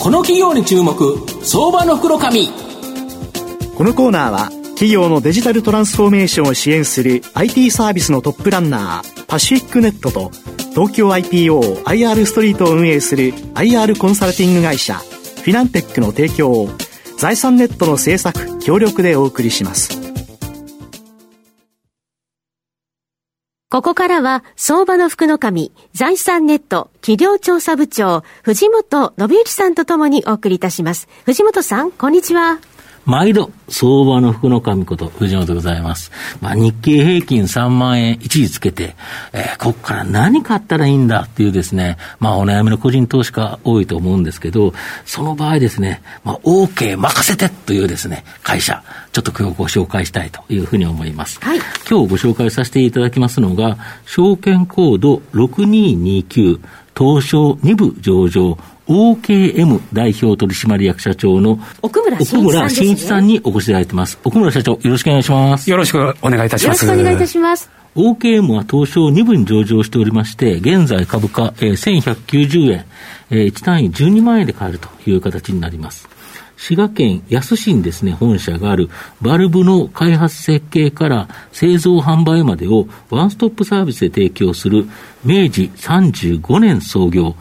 この企業に注目、相場の福の神。 このコーナーは企業のデジタルトランスフォーメーションを支援する IT サービスのトップランナーパシフィックネットと、東京 IPO IR ストリートを運営する IR コンサルティング会社フィナンテックの提供を財産ネットの制作協力でお送りします。 ここからは相場の福の神、財産ネット企業調査部長藤本信之さんとともにお送りいたします。藤本さん、こんにちは。 毎度相場の福の神こと藤本でございます。日経平均3万円一時つけて、ここから何買ったらいいんだっていうですね、お悩みの個人投資家多いと思うんですけど、その場合ですね、OK 任せてというですね会社、ちょっと今日ご紹介したいというふうに思います。はい、今日ご紹介させていただきますのが、証券コード6229東証2部上場OKM 代表取締役社長の奥村真一さんにお越しいただいています。奥村社長、よろしくお願いします。 よろしくお願いいたします。 よろしくお願いいたします。 OKM は東証2部に上場しておりまして、現在株価、1190円、1単位12万円で買えるという形になります。滋賀県野洲市にですね、本社があるバルブの開発設計から製造販売までをワンストップサービスで提供する明治35年創業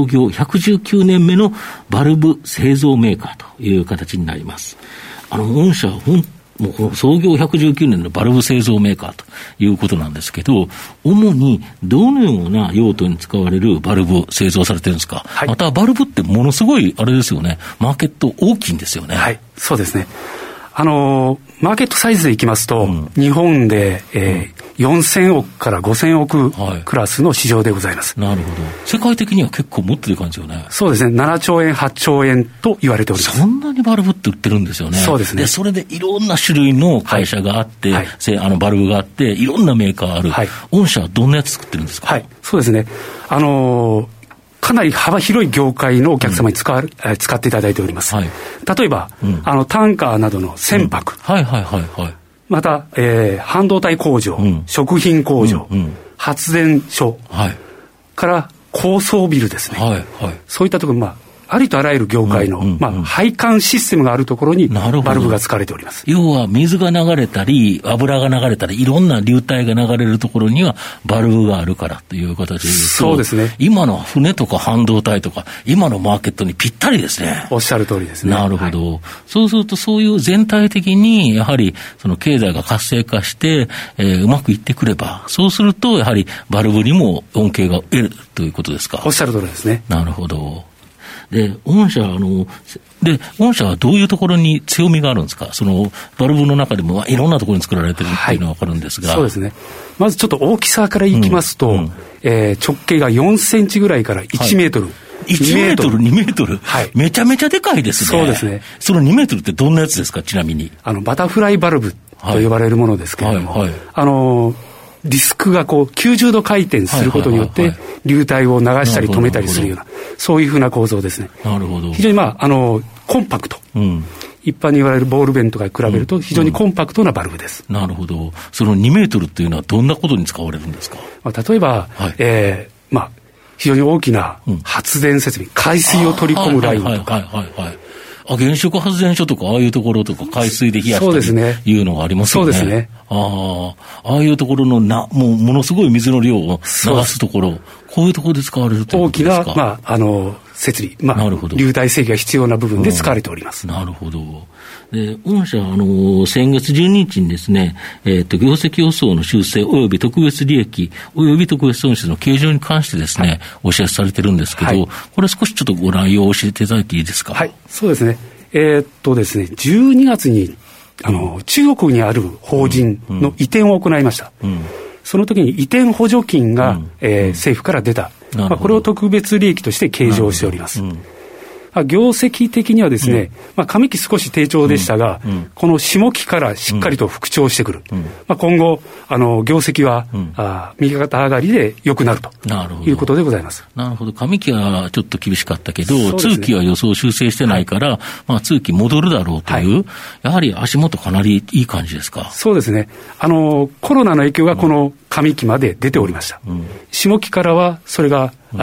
119年目のバルブ製造メーカーという形になります。本社はもう創業119年のバルブ製造メーカーということなんですけど、主にどのような用途に使われるバルブを製造されてるんですか？はい、またバルブってものすごいあれですよね、マーケット大きいんですよね。 はい、そうですね。マーケットサイズでいきますと、日本で、4000億から5000億クラスの市場でございます。 なるほど。世界的には結構持ってる感じよね。 そうですね。7兆円、8兆円と言われております。 そんなにバルブって売ってるんですよね。 そうですね。 で、それでいろんな種類の会社があって、バルブがあって、いろんなメーカーある。御社はどんなやつ作ってるんですか？ はい、そうですね。かなり幅広い業界のお客様に使っていただいております。はい、例えば、タンカーなどの船舶。また、半導体工場、食品工場、発電所、から高層ビルですね。そういったところ、ありとあらゆる業界の、配管システムがあるところにバルブが使われております。 要は水が流れたり油が流れたりいろんな流体が流れるところにはバルブがあるからという形でいうと、 そうですね、 今の船とか半導体とか今のマーケットにぴったりですね。 おっしゃる通りですね。 なるほど。そうするとそういう全体的にやはりその経済が活性化して、うまくいってくれば、そうするとやはりバルブにも恩恵が得るということですか？ おっしゃる通りですね。 なるほど。で、御社はどういうところに強みがあるんですか？そのバルブの中でもいろんなところに作られてるっていうのは分かるんですが、 そうですね。まずちょっと大きさからいきますと、直径が4センチぐらいから1メートル。 1メートル、2メートル、めちゃめちゃでかいですね。 そうですね。 その2メートルってどんなやつですか？ちなみに。 バタフライバルブと呼ばれるものですけれども、ディスクが90度回転することによって流体を流したり止めたりするような、そういうふうな構造ですね。 なるほど。 非常にコンパクト。一般に言われるボールペンとかに比べると非常にコンパクトなバルブです。 なるほど。その2メートルっていうのはどんなことに使われるんですか？ 例えば、非常に大きな発電設備、海水を取り込むラインとか、 原子力発電所とかああいうところとか海水で冷やしたりいうのがありますよね。 そうですね。 ああいうところのもうものすごい水の量を流すところ、こういうところで使われるということですか？ 大きな設備、なるほど、流体制御が必要な部分で使われております。 なるほど。で、御社先月12日にですね、業績予想の修正および特別利益および特別損失の計上に関してですね、お知らせされてるんですけど、これ少しちょっとご内容を教えていただいていいですか？ はい、そうですね。ですね、12月に中国にある法人の移転を行いました。その時に移転補助金が、政府から出た。これを特別利益として計上しております。業績的にはですね、上期少し低調でしたが、この下期からしっかりと復調してくる。今後、業績は、右肩上がりで良くなるということでございます。 なるほど。上期はちょっと厳しかったけど、通期は予想修正してないから、通期戻るだろうという、やはり足元かなりいい感じですか？ そうですね。コロナの影響がこの上期まで出ておりました。下期からはそれが、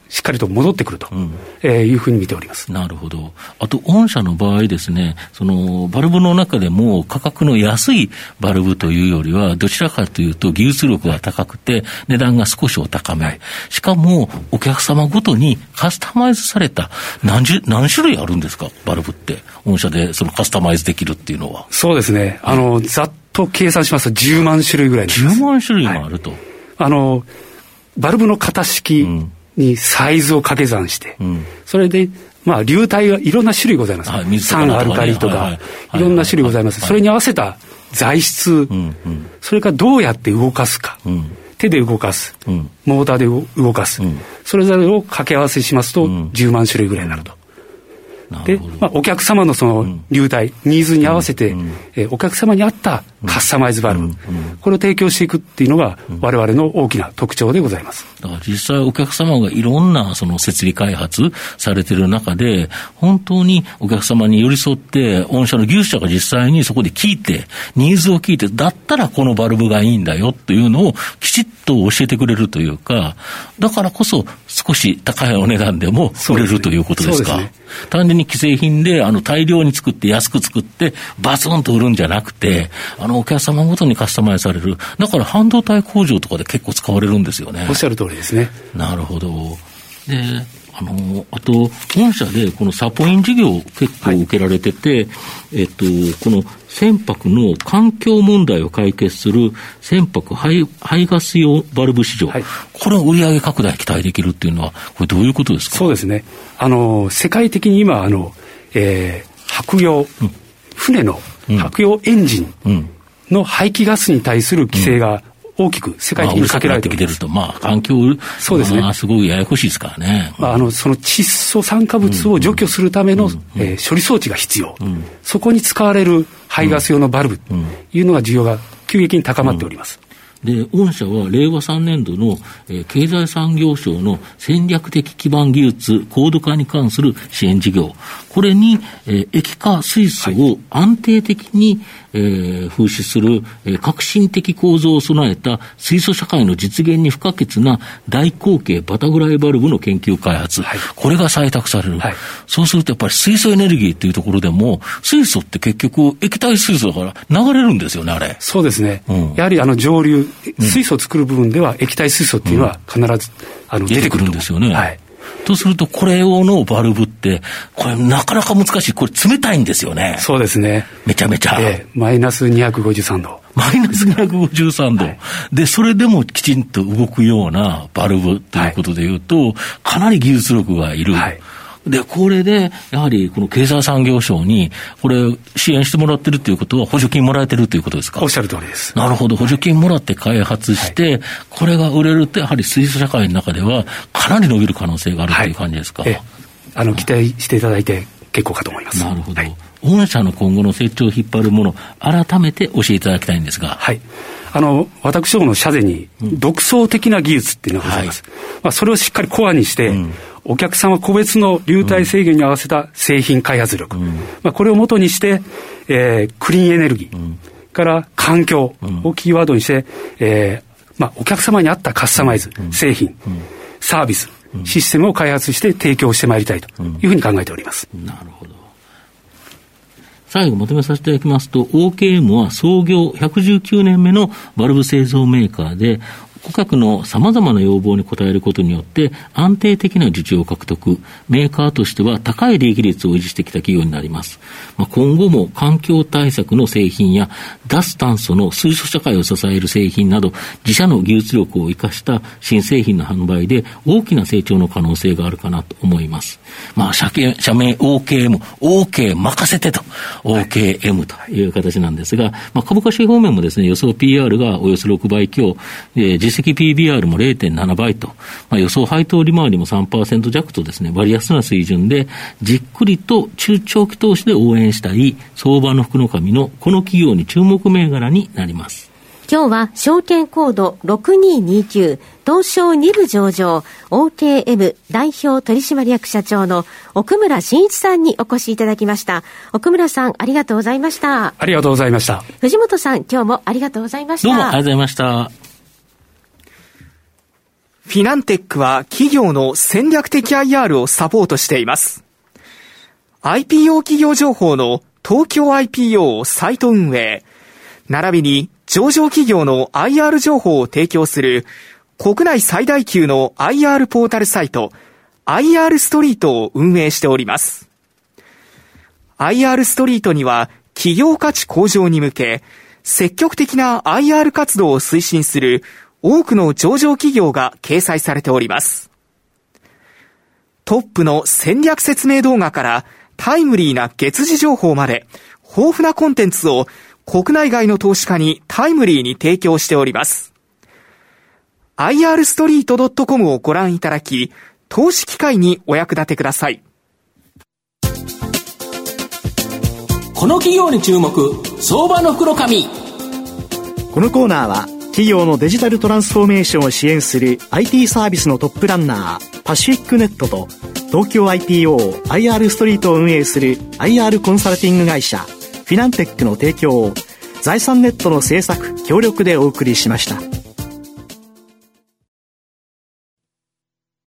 しっかりと戻ってくると、いうふうに見ております。 なるほど。あと、御社の場合ですね、そのバルブの中でも価格の安いバルブというよりは、どちらかというと技術力が高くて、値段が少しお高め。しかも、お客様ごとにカスタマイズされた、何種類あるんですか、バルブって。御社でそのカスタマイズできるっていうのは。 そうですね。ざっと計算しますと10万種類ぐらいです。 10万種類もあると。 バルブの型式にサイズを掛け算して、それで、流体がいろんな種類ございます。酸アルカリとか、いろんな種類ございます。それに合わせた材質、それからどうやって動かすか、手で動かす、モーターで動かす、それぞれを掛け合わせしますと10万種類ぐらいになると。で、お客様のその流体、ニーズに合わせて、お客様に合ったカスタマイズバルブ、これを提供していくっていうのが我々の大きな特徴でございます。 だから実際お客様がいろんなその設備開発されている中で、本当にお客様に寄り添って、御社の技術者が実際にそこで聞いて、ニーズを聞いて、だったらこのバルブがいいんだよというのをきちっと教えてくれるというか、だからこそ少し高いお値段でも売れるということですか。そうですね。単純に既製品で大量に作って安く作ってバツンと売るんじゃなくて、お客様ごとにカスタマイズされる。だから半導体工場とかで結構使われるんですよね。 おっしゃる通りですね。 なるほど。で、あと、本社でこのサポイン事業を結構受けられてて、この船舶の環境問題を解決する船舶排ガス用バルブ市場、これを売上拡大期待できるっていうのは、これどういうことですか？ そうですね。世界的に今、白洋、船の白洋エンジンの排気ガスに対する規制が大きく世界的にかけられてきていると。 環境、そうですね。すごいややこしいですからね。 その窒素酸化物を除去するための、処理装置が必要。そこに使われる排ガス用のバルブというのが需要が急激に高まっております。 で、御社は令和3年度の、経済産業省の戦略的基盤技術高度化に関する支援事業、これに、液化水素を安定的に、風刺する、革新的構造を備えた水素社会の実現に不可欠な大口径バタフライバルブの研究開発、これが採択される。そうするとやっぱり水素エネルギーっていうところでも、水素って結局液体水素だから流れるんですよね、あれ。 そうですね。やはり上流、水素を作る部分では液体水素っていうのは必ず、出てくるんですよね。 とすると、これ用のバルブって、これなかなか難しい。これ冷たいんですよね。 そうですね。 めちゃめちゃ。 マイナス253度。 マイナス253度。で、それでもきちんと動くようなバルブということでいうと、かなり技術力がいる。で、これで、やはり、この経済産業省に、これ、支援してもらってるということは、補助金もらえてるということですか？ おっしゃる通りです。 なるほど。補助金もらって開発して、これが売れると、やはり水素社会の中では、かなり伸びる可能性があるという感じですか？ 期待していただいて結構かと思います。 なるほど。御社の今後の成長を引っ張るもの、改めて教えていただきたいんですが。 私どもの社税に、独創的な技術っていうのがございます。それをしっかりコアにして、お客様個別の流体制御に合わせた製品開発力、これをもとにして、クリーンエネルギーから環境をキーワードにして、お客様に合ったカスタマイズ、製品、サービス、システムを開発して提供してまいりたいというふうに考えております。 なるほど。最後まとめさせていただきますと、OKM は創業119年目のバルブ製造メーカーで、顧客の様々な要望に応えることによって安定的な受注を獲得、メーカーとしては高い利益率を維持してきた企業になります。今後も環境対策の製品や脱炭素の水素社会を支える製品など、自社の技術力を生かした新製品の販売で大きな成長の可能性があるかなと思います。社名 OK 任せてと OKM という形なんですが、株価指標面もですね、予想 PR がおよそ6倍強、実績 PBR も 0.7 倍と、予想配当利回りも 3% 弱とですね、割安な水準で、じっくりと中長期投資で応援したい相場の福の神のこの企業に注目銘柄になります。 今日は証券コード6229東証2部上場 OKM 代表取締役社長の奥村真一さんにお越しいただきました。奥村さん、ありがとうございました。 ありがとうございました。 藤本さん、今日もありがとうございました。 どうもありがとうございました。 フィナンテックは企業の戦略的 IR をサポートしています。IPO 企業情報の東京 IPO サイト運営、並びに上場企業の IR 情報を提供する国内最大級の IR ポータルサイト IR ストリートを運営しております。IR ストリートには企業価値向上に向け積極的な IR 活動を推進する多くの上場企業が掲載されております。トップの戦略説明動画からタイムリーな月次情報まで豊富なコンテンツを国内外の投資家にタイムリーに提供しております。irstreet.com をご覧いただき、投資機会にお役立てください。 この企業に注目、相場の袋紙。 このコーナーは企業のデジタルトランスフォーメーションを支援する IT サービスのトップランナーパシフィックネットと東京 IPO IR ストリートを運営する IR コンサルティング会社フィナンテックの提供を財産ネットの制作協力でお送りしました。